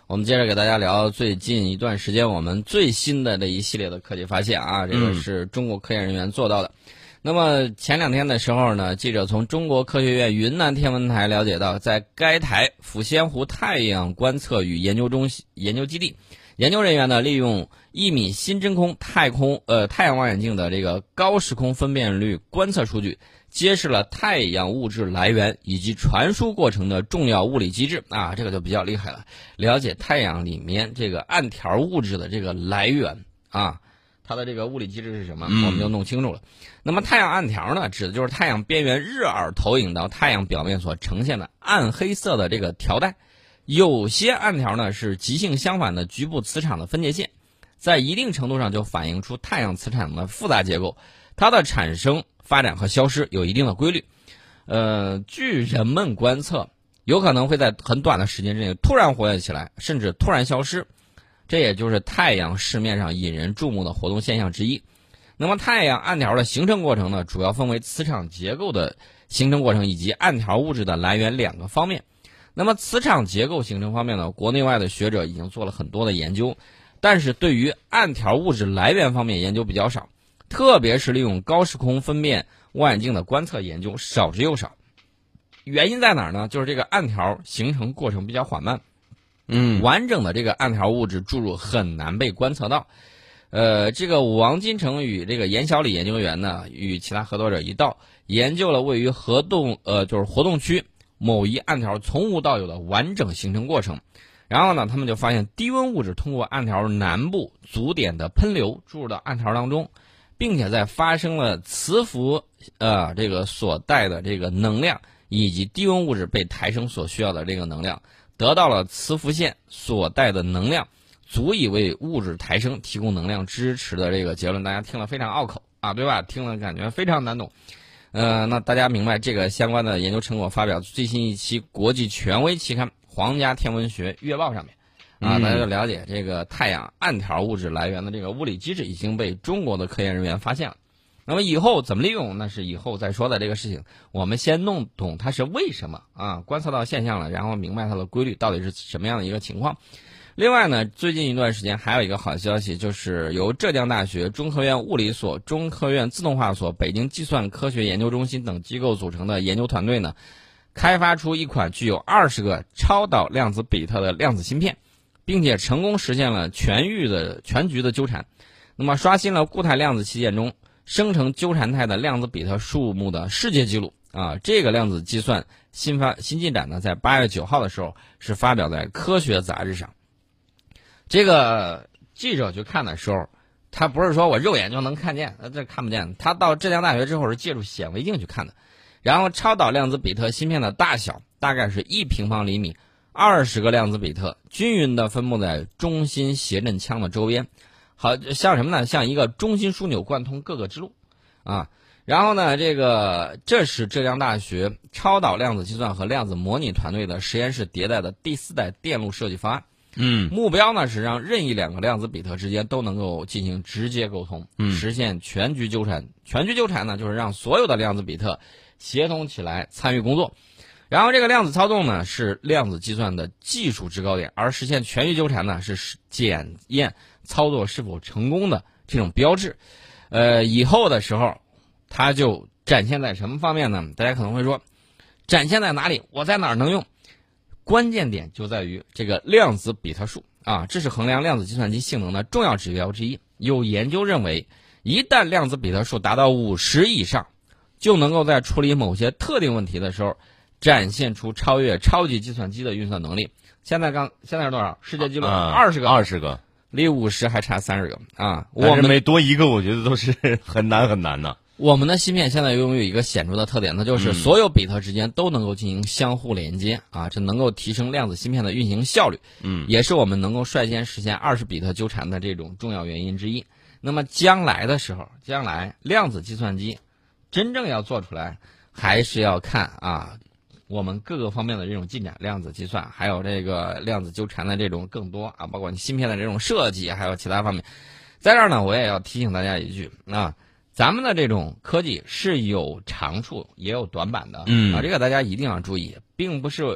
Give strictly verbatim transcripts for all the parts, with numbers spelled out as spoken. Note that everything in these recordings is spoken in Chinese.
我们接着给大家聊最近一段时间我们最新的这一系列的科技发现啊，这个是中国科研人员做到的。嗯、那么前两天的时候呢，记者从中国科学院云南天文台了解到，在该台抚仙湖太阳观测与研究中心研究基地，研究人员呢利用一米新真空太空呃太阳望远镜的这个高时空分辨率观测数据，揭示了太阳物质来源以及传输过程的重要物理机制啊，这个就比较厉害了。了解太阳里面这个暗条物质的这个来源啊，它的这个物理机制是什么，我们就弄清楚了。嗯、那么太阳暗条呢，指的就是太阳边缘日耳投影到太阳表面所呈现的暗黑色的这个条带。有些暗条呢是极性相反的局部磁场的分界线，在一定程度上就反映出太阳磁场的复杂结构，它的产生、发展和消失有一定的规律。呃，据人们观测，有可能会在很短的时间之内突然活跃起来，甚至突然消失，这也就是太阳市面上引人注目的活动现象之一。那么太阳暗条的形成过程呢，主要分为磁场结构的形成过程以及暗条物质的来源两个方面。那么磁场结构形成方面呢，国内外的学者已经做了很多的研究，但是对于暗条物质来源方面研究比较少，特别是利用高时空分辨望远镜的观测研究少之又少。原因在哪儿呢？就是这个暗条形成过程比较缓慢，嗯，完整的这个暗条物质注入很难被观测到。呃，这个王金成与这个严小李研究员呢，与其他合作者一道研究了位于活动呃就是活动区某一暗条从无到有的完整形成过程。然后呢，他们就发现低温物质通过暗条南部足点的喷流注入到暗条当中，并且在发生了磁浮呃这个所带的这个能量以及低温物质被抬升所需要的这个能量，得到了磁浮线所带的能量足以为物质抬升提供能量支持的这个结论。大家听了非常拗口啊，对吧？听了感觉非常难懂。呃，那大家明白这个相关的研究成果发表最新一期国际权威期刊《皇家天文学月报》上面啊，大家就了解这个太阳暗条物质来源的这个物理机制已经被中国的科研人员发现了。那么以后怎么利用，那是以后再说的这个事情。我们先弄懂它是为什么啊，观测到现象了，然后明白它的规律到底是什么样的一个情况。另外呢，最近一段时间还有一个好消息，就是由浙江大学、中科院物理所、中科院自动化所、北京计算科学研究中心等机构组成的研究团队呢，开发出一款具有二十个超导量子比特的量子芯片，并且成功实现了全域的全局的纠缠，那么刷新了固态量子器件中生成纠缠态的量子比特数目的世界纪录啊！这个量子计算新发新进展呢，在八月九号的时候是发表在科学杂志上。这个记者去看的时候，他不是说我肉眼就能看见，这看不见。他到浙江大学之后是借助显微镜去看的。然后超导量子比特芯片的大小大概是一平方厘米，二十个量子比特均匀地分布在中心谐振腔的周边，好像什么呢？像一个中心枢纽贯通各个支路啊。然后呢，这个这是浙江大学超导量子计算和量子模拟团队的实验室迭代的第四代电路设计方案。嗯，目标呢是让任意两个量子比特之间都能够进行直接沟通，嗯，实现全局纠缠。全局纠缠呢，就是让所有的量子比特协同起来参与工作。然后这个量子操纵呢是量子计算的技术制高点，而实现全局纠缠呢是检验操作是否成功的这种标志。呃，以后的时候它就展现在什么方面呢？大家可能会说，展现在哪里？我在哪儿能用？关键点就在于这个量子比特数啊，这是衡量量子计算机性能的重要指标之一。有研究认为，一旦量子比特数达到五十以上，就能够在处理某些特定问题的时候展现出超越超级计算机的运算能力。现在刚现在是多少？世界纪录二十个， 二十个， 离五十还差三十个啊！ 我们每多一个，我觉得都是很难很难的。 我们的芯片现在拥有一个显著的特点，那就是所有比特之间都能够进行相互连接啊，这能够提升量子芯片的运行效率，嗯，也是我们能够率先实现二十比特纠缠的这种重要原因之一。那么将来的时候，将来量子计算机真正要做出来，还是要看啊我们各个方面的这种进展，量子计算，还有这个量子纠缠的这种更多啊，包括你芯片的这种设计，还有其他方面。在这儿呢，我也要提醒大家一句啊。咱们的这种科技是有长处也有短板的，嗯啊，这个大家一定要注意，并不是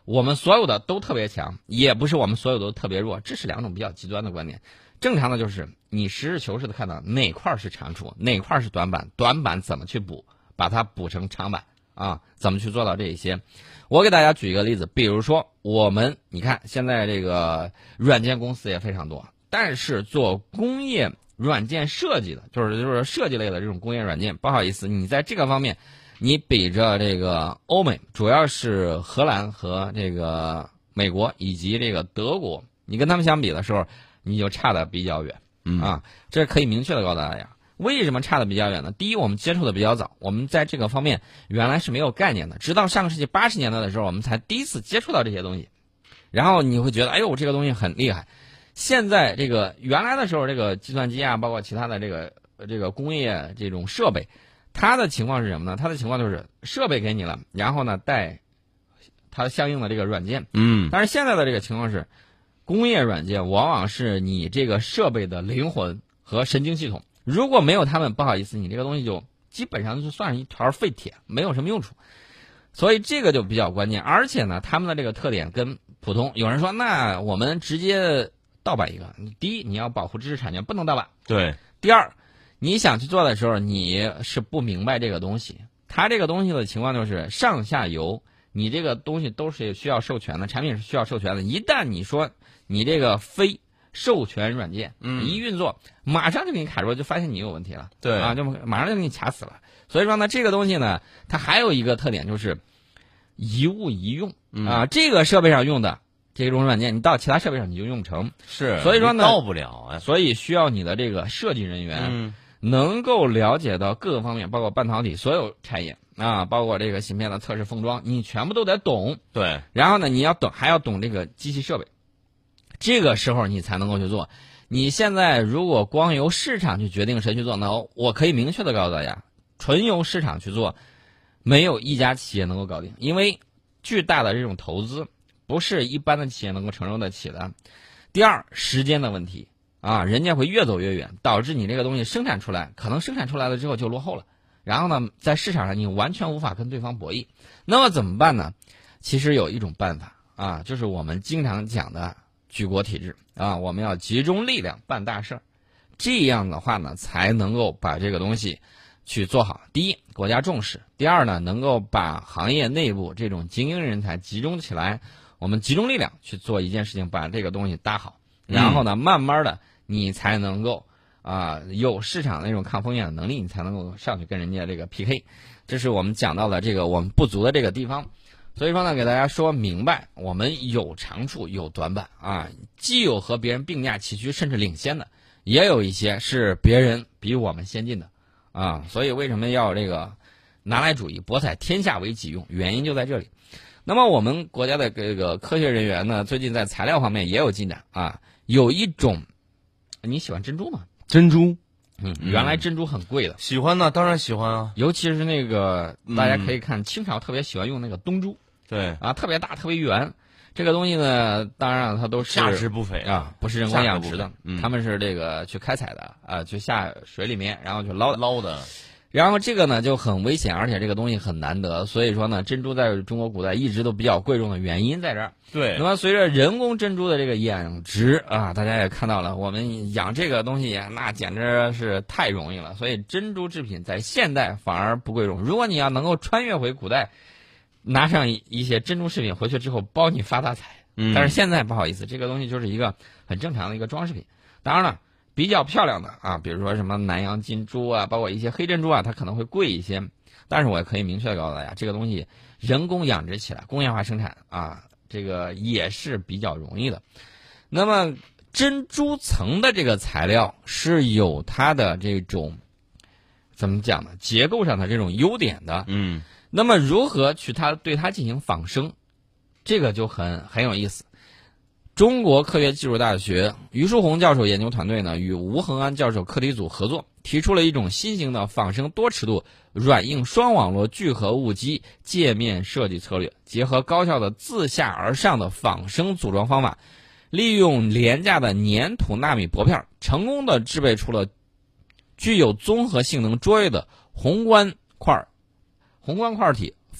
我们所有的都特别强，也不是我们所有的都特别弱，这是两种比较极端的观点。正常的就是你实事求是的看到哪块是长处，哪块是短板，短板怎么去补，把它补成长板啊，怎么去做到这一些。我给大家举一个例子，比如说我们你看现在这个软件公司也非常多，但是做工业软件设计的，就是就是设计类的这种工业软件，不好意思，你在这个方面你比着这个欧美，主要是荷兰和这个美国以及这个德国，你跟他们相比的时候，你就差的比较远， 嗯啊，这是可以明确的告诉大家。为什么差的比较远呢？第一，我们接触的比较早，我们在这个方面原来是没有概念的，直到上个世纪八十年代的时候，我们才第一次接触到这些东西。然后你会觉得，哎呦，这个东西很厉害。现在这个原来的时候，这个计算机啊，包括其他的这个这个工业这种设备，它的情况是什么呢？它的情况就是设备给你了，然后呢带它相应的这个软件。 嗯， 但是现在的这个情况是，工业软件往往是你这个设备的灵魂和神经系统。如果没有他们，不好意思，你这个东西就基本上就算是一条废铁，没有什么用处。所以这个就比较关键。而且呢，他们的这个特点跟普通，有人说那我们直接盗版一个。第一，你要保护知识产权，不能盗版。 对。 第二，你想去做的时候，你是不明白这个东西。它这个东西的情况就是上下游，你这个东西都是需要授权的，产品是需要授权的。一旦你说你这个非授权软件， 嗯， 一运作，马上就给你卡住，就发现你有问题了， 对啊，就马上就给你卡死了。所以说呢，这个东西呢，它还有一个特点就是一物一用、 嗯、 啊，这个设备上用的这种软件，你到其他设备上你就用不成， 是， 所以说呢， 到不了啊， 所以需要你的这个设计人员， 嗯， 能够了解到各个方面，包括半导体所有产业啊，包括这个芯片的测试封装，你全部都得懂。 对， 然后呢，你要懂，还要懂这个机器设备。这个时候你才能够去做。你现在如果光由市场去决定谁去做，那我可以明确的告诉大家，纯由市场去做，没有一家企业能够搞定，因为巨大的这种投资不是一般的企业能够承受得起的。第二，时间的问题啊，人家会越走越远，导致你这个东西生产出来，可能生产出来了之后就落后了，然后呢，在市场上你完全无法跟对方博弈。那么怎么办呢？其实有一种办法啊，就是我们经常讲的举国体制啊，我们要集中力量办大事儿，这样的话呢，才能够把这个东西去做好。第一，国家重视；第二呢，能够把行业内部这种精英人才集中起来，我们集中力量去做一件事情，把这个东西搭好，然后呢，慢慢的你才能够啊、呃、有市场那种抗风险的能力，你才能够上去跟人家这个 P K。这是我们讲到的这个我们不足的这个地方。所以说呢，给大家说明白，我们有长处有短板啊，既有和别人并驾齐驱甚至领先的，也有一些是别人比我们先进的啊。所以为什么要这个拿来主义，博采天下为己用，原因就在这里。那么我们国家的这个科学人员呢，最近在材料方面也有进展啊。有一种，你喜欢珍珠吗？ 珍珠， 嗯，原来珍珠很贵的。 喜欢呢，当然喜欢啊。 尤其是那个大家可以看，清朝特别喜欢用那个东珠。 对啊，特别大，特别圆，这个东西呢，当然它都是价值不菲啊，不是人工养殖的， 嗯、 他们是这个去开采的啊，去下水里面，然后去捞的捞的。 然后这个呢就很危险，而且这个东西很难得，所以说呢，珍珠在中国古代一直都比较贵重的原因在这儿。 对。 那么随着人工珍珠的这个养殖啊，大家也看到了，我们养这个东西那简直是太容易了，所以珍珠制品在现代反而不贵重。如果你要能够穿越回古代，拿上一些珍珠饰品回去之后，包你发大财。 嗯， 但是现在不好意思，这个东西就是一个很正常的一个装饰品。当然了，比较漂亮的啊，比如说什么南洋金珠啊，包括一些黑珍珠啊，它可能会贵一些。但是我也可以明确的告诉大家，这个东西人工养殖起来，工业化生产啊，这个也是比较容易的。那么珍珠层的这个材料是有它的这种怎么讲呢？结构上的这种优点的。 嗯。 那么如何去它对它进行仿生，这个就很很有意思。中国科学技术大学于书红教授研究团队呢，与吴恒安教授课题组合作，提出了一种新型的仿生多尺度软硬双网络聚合物机界面设计策略，结合高效的自下而上的仿生组装方法，利用廉价的粘土纳米薄片，成功的制备出了具有综合性能卓越的宏观块。宏观块体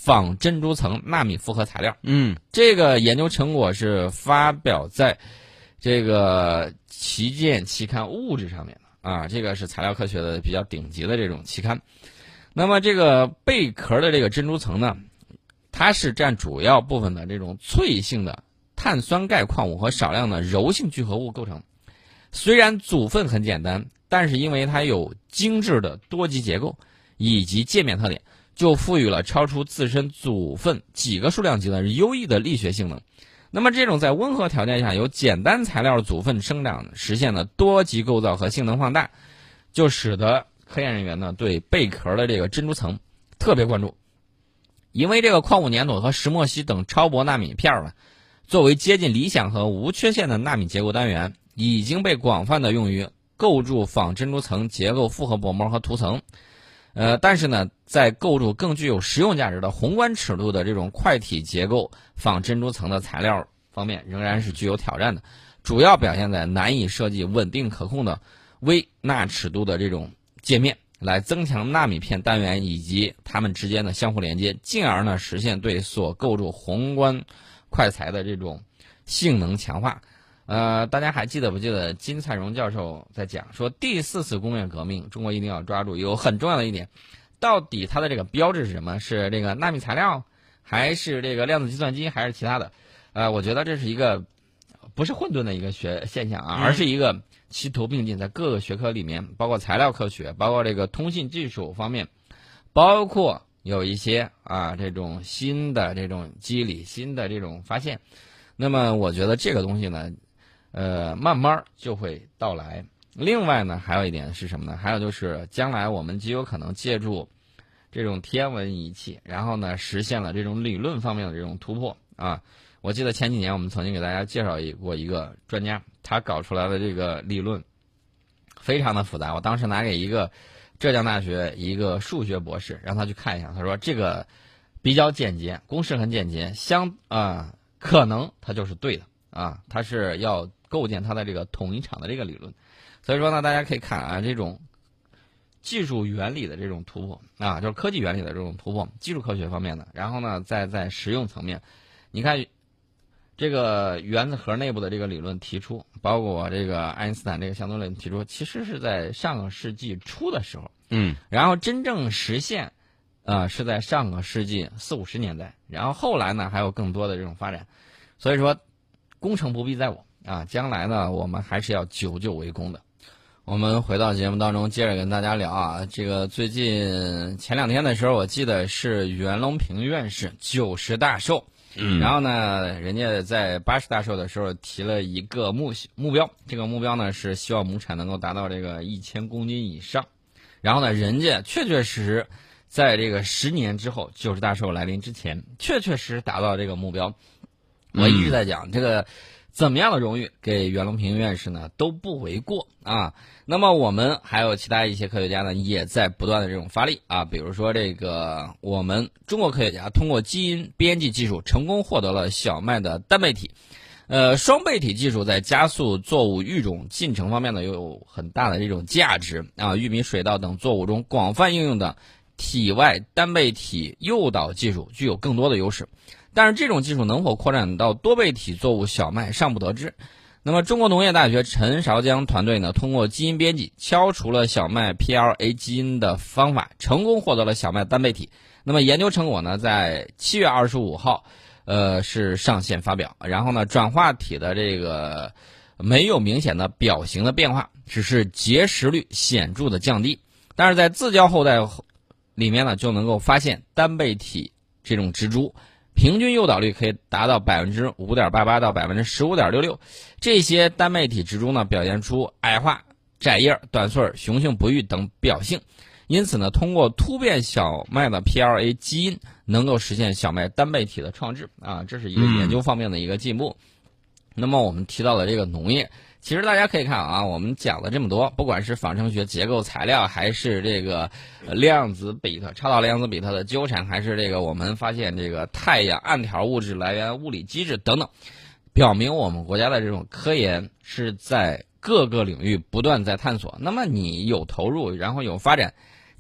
仿珍珠层纳米复合材料。 嗯， 这个研究成果是发表在这个旗舰期刊《物质》上面的啊，这个是材料科学的比较顶级的这种期刊。那么这个贝壳的这个珍珠层呢，它是占主要部分的这种脆性的碳酸钙矿物和少量的柔性聚合物构成。虽然组分很简单，但是因为它有精致的多极结构以及界面特点，就赋予了超出自身组分几个数量级的优异的力学性能。那么这种在温和条件下由简单材料组分生长实现的多极构造和性能放大，就使得科研人员呢对贝壳的这个珍珠层特别关注。因为这个矿物粘土和石墨烯等超薄纳米片呢，作为接近理想和无缺陷的纳米结构单元，已经被广泛的用于构筑仿珍珠层结构复合薄膜和涂层。呃，但是呢，在构筑更具有实用价值的宏观尺度的这种块体结构仿珍珠层的材料方面，仍然是具有挑战的，主要表现在难以设计稳定可控的微纳尺度的这种界面，来增强纳米片单元以及它们之间的相互连接，进而呢实现对所构筑宏观快材的这种性能强化。呃，大家还记得不记得金灿荣教授在讲说，第四次工业革命，中国一定要抓住有很重要的一点，到底它的这个标志是什么？是这个纳米材料，还是这个量子计算机，还是其他的？呃，我觉得这是一个不是混沌的一个学现象啊，而是一个齐头并进，在各个学科里面，包括材料科学，包括这个通信技术方面，包括有一些啊这种新的这种机理、新的这种发现。那么我觉得这个东西呢，呃，慢慢就会到来。另外呢，还有一点是什么呢？还有就是将来我们极有可能借助这种天文仪器，然后呢，实现了这种理论方面的这种突破啊。我记得前几年我们曾经给大家介绍过一个专家，他搞出来的这个理论非常的复杂。我当时拿给一个浙江大学一个数学博士，让他去看一下，他说这个比较简洁，公式很简洁，相啊、呃、可能它就是对的啊，它是要构建它的这个统一场的这个理论。所以说呢，大家可以看啊，这种技术原理的这种突破啊，就是科技原理的这种突破，技术科学方面的。然后呢，在在实用层面，你看这个原子核内部的这个理论提出，包括这个爱因斯坦这个相对论提出，其实是在上个世纪初的时候， 嗯， 然后真正实现，呃，是在上个世纪四五十年代，然后后来呢还有更多的这种发展。所以说，功成不必在我啊，将来呢我们还是要久久为功的。我们回到节目当中，接着跟大家聊啊，这个最近前两天的时候，我记得是袁隆平院士九十大寿， 嗯， 然后呢，人家在八十大寿的时候提了一个目目标，这个目标呢是希望亩产能够达到这个一千公斤以上，然后呢，人家确确实实在这个十年之后，九十大寿来临之前，确确实实达到这个目标。我一直在讲、嗯、这个。怎么样的荣誉给袁隆平院士呢都不为过啊。那么我们还有其他一些科学家呢也在不断的这种发力啊，比如说这个我们中国科学家通过基因编辑技术成功获得了小麦的单倍体。呃，双倍体技术在加速作物育种进程方面呢有很大的这种价值啊。玉米、水稻等作物中广泛应用的体外单倍体诱导技术具有更多的优势。但是这种技术能否扩展到多倍体作物小麦尚不得知。那么中国农业大学陈韶江团队呢，通过基因编辑敲除了小麦 P L A 基因的方法，成功获得了小麦单倍体。那么研究成果呢，在七月二十五号，呃是上线发表。然后呢，转化体的这个没有明显的表型的变化，只是结实率显著的降低。但是在自交后代里面呢，就能够发现单倍体这种植株。平均诱导率可以达到百分之五点八八到百分之十五点六六，这些单倍体植株呢表现出矮化、窄叶、短穗、雄性不育等表性，因此呢，通过突变小麦的 P L A 基因，能够实现小麦单倍体的创制啊，这是一个研究方面的一个进步。嗯、那么我们提到了这个农业。其实大家可以看啊，我们讲了这么多，不管是仿生学、结构、材料，还是这个量子比特、超导量子比特的纠缠，还是这个我们发现这个太阳暗条物质来源物理机制等等，表明我们国家的这种科研是在各个领域不断在探索。那么你有投入，然后有发展，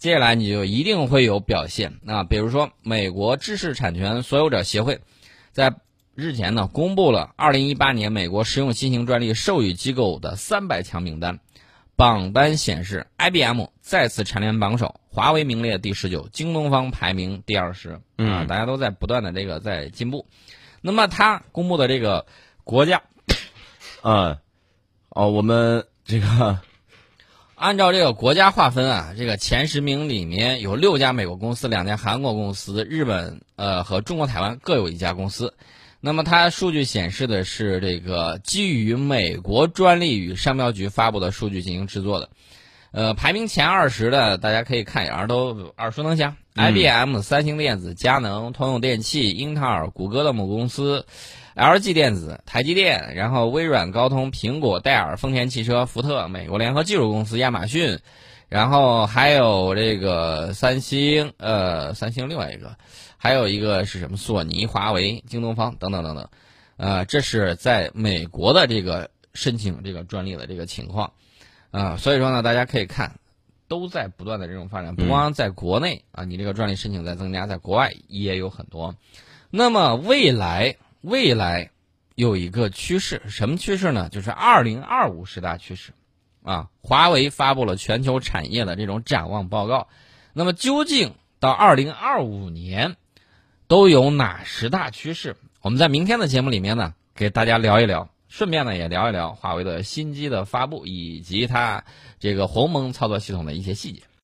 接下来你就一定会有表现啊，比如说美国知识产权所有者协会在日前呢公布了二零一八年美国实用新型专利授予机构的三百强名单，榜单显示 I B M 再次蝉联榜首，华为名列第十九，京东方排名第二十啊，大家都在不断的这个在进步。那么他公布的这个国家啊哦，我们这个按照这个国家划分啊，这个前十名里面有六家美国公司，两家韩国公司，日本呃和中国台湾各有一家公司。那么它数据显示的是这个基于美国专利与商标局发布的数据进行制作的。呃，排名前二十的大家可以看一眼，都耳熟能详、嗯、I B M、三星电子、佳能、通用电气、英特尔、谷歌的母公司。L G 电子、台积电，然后微软、高通、苹果、戴尔、丰田汽车、福特、美国联合技术公司、亚马逊，然后还有这个三星，呃，三星另外一个，还有一个是什么？索尼、华为、京东方等等等等，呃，这是在美国的这个申请这个专利的这个情况，啊、呃，所以说呢，大家可以看，都在不断的这种发展，不光在国内啊，你这个专利申请在增加，在国外也有很多。那么未来。未来有一个趋势，什么趋势呢？就是二零二五十大趋势，啊，华为发布了全球产业的这种展望报告。那么究竟到二零二五年都有哪十大趋势？我们在明天的节目里面呢，给大家聊一聊，顺便呢也聊一聊华为的新机的发布以及它这个鸿蒙操作系统的一些细节。